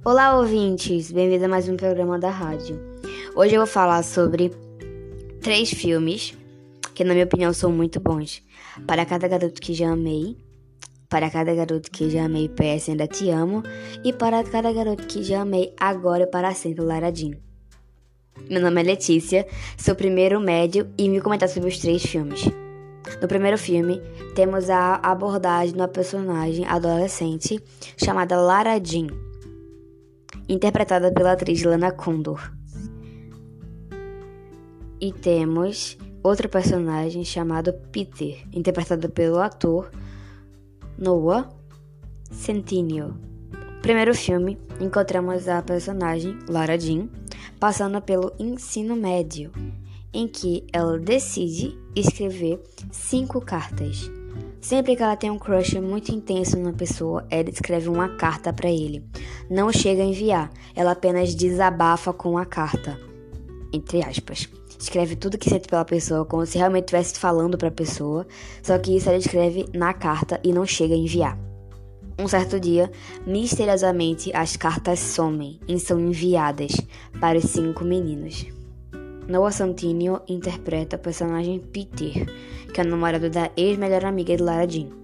Olá, ouvintes! Bem-vindos a mais um programa da rádio. Hoje eu vou falar sobre 3 filmes que, na minha opinião, são muito bons. Para Cada Garoto que Já Amei, Para Cada Garoto que Já Amei, PS Ainda Te Amo, e Para Cada Garoto que Já Amei, Agora e Para Sempre, Lara Jean. Meu nome é Letícia, sou primeiro médio e me comentar sobre os 3 filmes. No primeiro filme, temos a abordagem de uma personagem adolescente chamada Lara Jean, interpretada pela atriz Lana Condor. E temos outro personagem chamado Peter, interpretado pelo ator Noah Centineo. No primeiro filme, encontramos a personagem Lara Jean passando pelo ensino médio, em que ela decide escrever 5 cartas. Sempre que ela tem um crush muito intenso numa pessoa, ela escreve uma carta para ele. Não chega a enviar, ela apenas desabafa com a carta, entre aspas. Escreve tudo que sente pela pessoa, como se realmente estivesse falando para a pessoa, só que isso ela escreve na carta e não chega a enviar. Um certo dia, misteriosamente, as cartas somem e são enviadas para os 5 meninos. Noah Centineo interpreta o personagem Peter, que é o namorado da ex-melhor amiga de Lara Jean.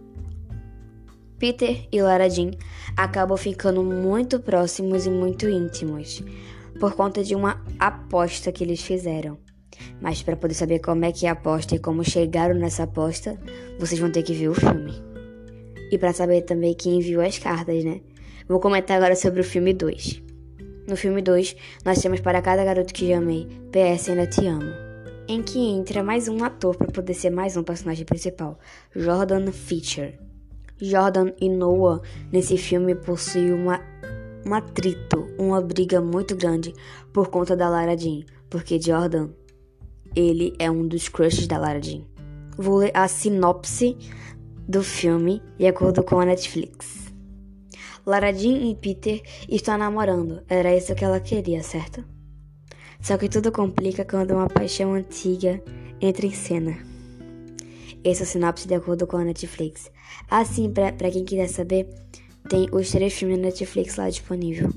Peter e Lara Jean acabam ficando muito próximos e muito íntimos, por conta de uma aposta que eles fizeram. Mas para poder saber como é que é a aposta e como chegaram nessa aposta, vocês vão ter que ver o filme. E para saber também quem enviou as cartas, né? Vou comentar agora sobre o filme 2. No filme 2, nós temos Para Cada Garoto que Já Amei, PS Ainda Te Amo, em que entra mais um ator para poder ser mais um personagem principal, Jordan Fisher. Jordan e Noah, nesse filme, possuem um atrito, uma briga muito grande por conta da Lara Jean, porque Jordan, ele é um dos crushes da Lara Jean. Vou ler a sinopse do filme de acordo com a Netflix. Lara Jean e Peter estão namorando, era isso que ela queria, certo? Só que tudo complica quando uma paixão antiga entra em cena. Essa é a sinopse de acordo com a Netflix. Assim, pra quem quiser saber, tem os 3 filmes da Netflix lá disponível.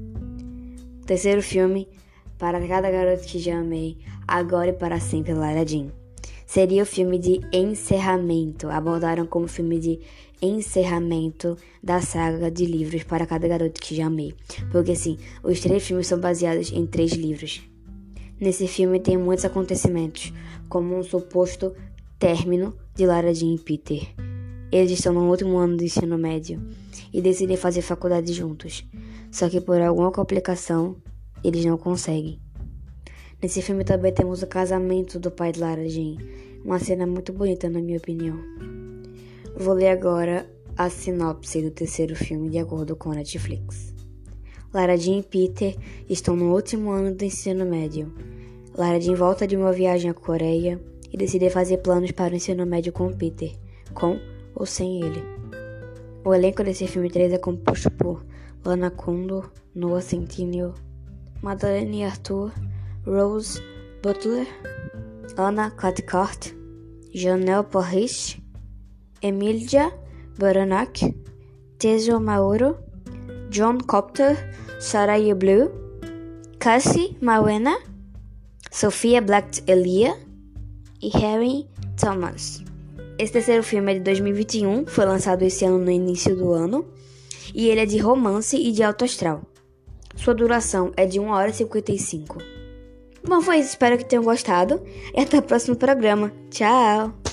O terceiro filme, Para Cada Garoto que Já Amei, Agora e Para Sempre, Lara Jean. Seria o filme de encerramento, abordaram como filme de encerramento da saga de livros Para Cada Garoto que Já Amei. Porque assim, os 3 filmes são baseados em 3 livros. Nesse filme tem muitos acontecimentos, como um suposto término de Lara Jean e Peter. Eles estão no último ano do ensino médio e decidem fazer faculdade juntos. Só que por alguma complicação, eles não conseguem. Nesse filme também temos o casamento do pai de Lara Jean. Uma cena muito bonita, na minha opinião. Vou ler agora a sinopse do terceiro filme de acordo com a Netflix. Lara Jean e Peter estão no último ano do ensino médio. Lara Jean volta de uma viagem à Coreia e decide fazer planos para o ensino médio com Peter, com ou sem ele. O elenco desse filme 3 é composto por Lana Condor, Noah Centineo, Madeleine Arthur, Rose Butler, Anna Cathcart, Janelle Porrish, Emilia Baranak, Tejo Mauro, John Copter, Saraya Blue, Cassie Mawena, Sophia Black-Elia e Harry Thomas. Esse terceiro filme é de 2021, foi lançado esse ano no início do ano, e ele é de romance e de alto astral. Sua duração é de 1 hora e 55. Bom, foi isso. Espero que tenham gostado. E até o próximo programa. Tchau!